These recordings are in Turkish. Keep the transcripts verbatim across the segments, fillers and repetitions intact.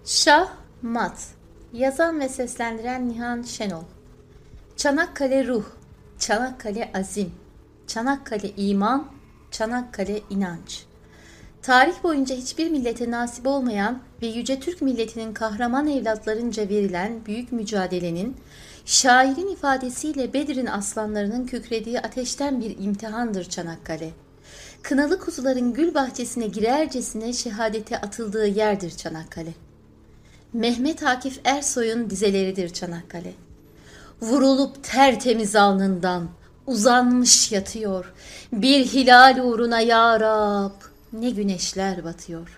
Şah Mat. Yazan ve seslendiren Nihan Şenol. Çanakkale ruh, Çanakkale azim, Çanakkale iman, Çanakkale inanç. Tarih boyunca hiçbir millete nasip olmayan ve yüce Türk milletinin kahraman evlatlarınca verilen büyük mücadelenin, şairin ifadesiyle Bedir'in aslanlarının kükrediği ateşten bir imtihandır Çanakkale. Kınalı kuzuların gül bahçesine girercesine şehadete atıldığı yerdir Çanakkale. Mehmet Akif Ersoy'un dizeleridir Çanakkale. Vurulup tertemiz alnından uzanmış yatıyor. Bir hilal uğruna ya Rab, ne güneşler batıyor.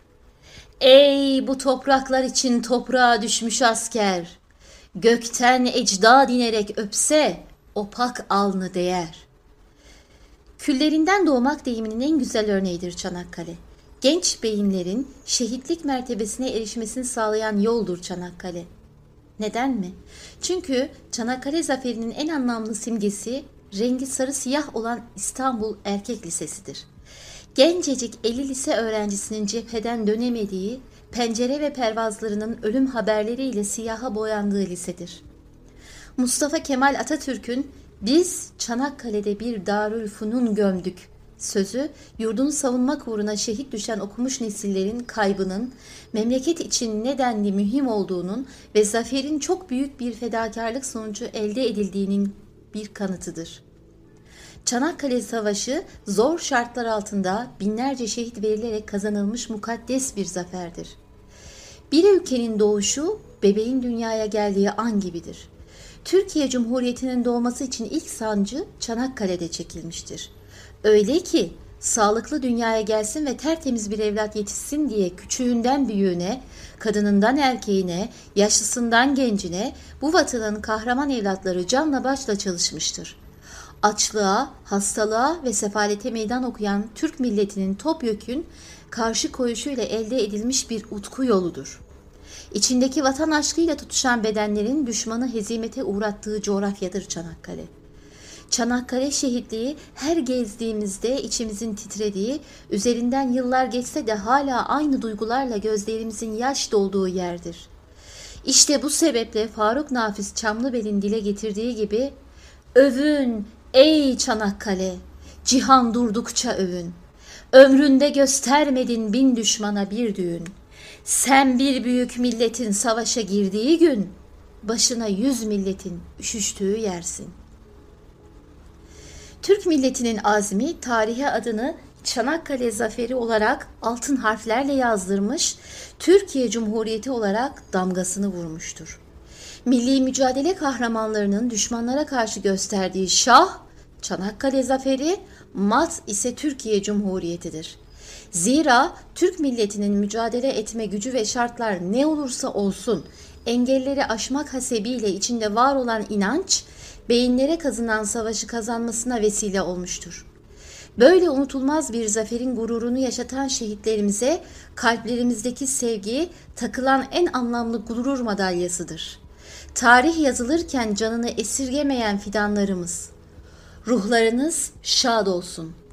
Ey bu topraklar için toprağa düşmüş asker, gökten ecdad inerek öpse opak alnı değer. Küllerinden doğmak deyiminin en güzel örneğidir Çanakkale. Genç beyinlerin şehitlik mertebesine erişmesini sağlayan yoldur Çanakkale. Neden mi? Çünkü Çanakkale zaferinin en anlamlı simgesi rengi sarı siyah olan İstanbul Erkek Lisesi'dir. Gencecik elli lise öğrencisinin cepheden dönemediği, pencere ve pervazlarının ölüm haberleriyle siyaha boyandığı lisedir. Mustafa Kemal Atatürk'ün "Biz Çanakkale'de bir Darülfünun gömdük" sözü, yurdunu savunmak uğruna şehit düşen okumuş nesillerin kaybının, memleket için nedenli mühim olduğunun ve zaferin çok büyük bir fedakarlık sonucu elde edildiğinin bir kanıtıdır. Çanakkale Savaşı zor şartlar altında binlerce şehit verilerek kazanılmış mukaddes bir zaferdir. Bir ülkenin doğuşu, bebeğin dünyaya geldiği an gibidir. Türkiye Cumhuriyeti'nin doğması için ilk sancı Çanakkale'de çekilmiştir. Öyle ki sağlıklı dünyaya gelsin ve tertemiz bir evlat yetişsin diye küçüğünden büyüğüne, kadınından erkeğine, yaşlısından gencine bu vatanın kahraman evlatları canla başla çalışmıştır. Açlığa, hastalığa ve sefalete meydan okuyan Türk milletinin topyekün karşı koyuşuyla elde edilmiş bir utku yoludur. İçindeki vatan aşkıyla tutuşan bedenlerin düşmanı hezimete uğrattığı coğrafyadır Çanakkale. Çanakkale şehitliği her gezdiğimizde içimizin titrediği, üzerinden yıllar geçse de hala aynı duygularla gözlerimizin yaş dolduğu yerdir. İşte bu sebeple Faruk Nafiz Çamlıbel'in dile getirdiği gibi, "Övün ey Çanakkale, cihan durdukça övün. Ömründe göstermedin bin düşmana bir düğün. Sen bir büyük milletin savaşa girdiği gün, başına yüz milletin üşüştüğü yersin." Türk milletinin azmi tarihe adını Çanakkale Zaferi olarak altın harflerle yazdırmış, Türkiye Cumhuriyeti olarak damgasını vurmuştur. Milli mücadele kahramanlarının düşmanlara karşı gösterdiği şah, Çanakkale Zaferi, mat ise Türkiye Cumhuriyeti'dir. Zira Türk milletinin mücadele etme gücü ve şartlar ne olursa olsun engelleri aşmak hasebiyle içinde var olan inanç, beyinlere kazınan savaşı kazanmasına vesile olmuştur. Böyle unutulmaz bir zaferin gururunu yaşatan şehitlerimize kalplerimizdeki sevgi takılan en anlamlı gurur madalyasıdır. Tarih yazılırken canını esirgemeyen fidanlarımız, ruhlarınız şad olsun.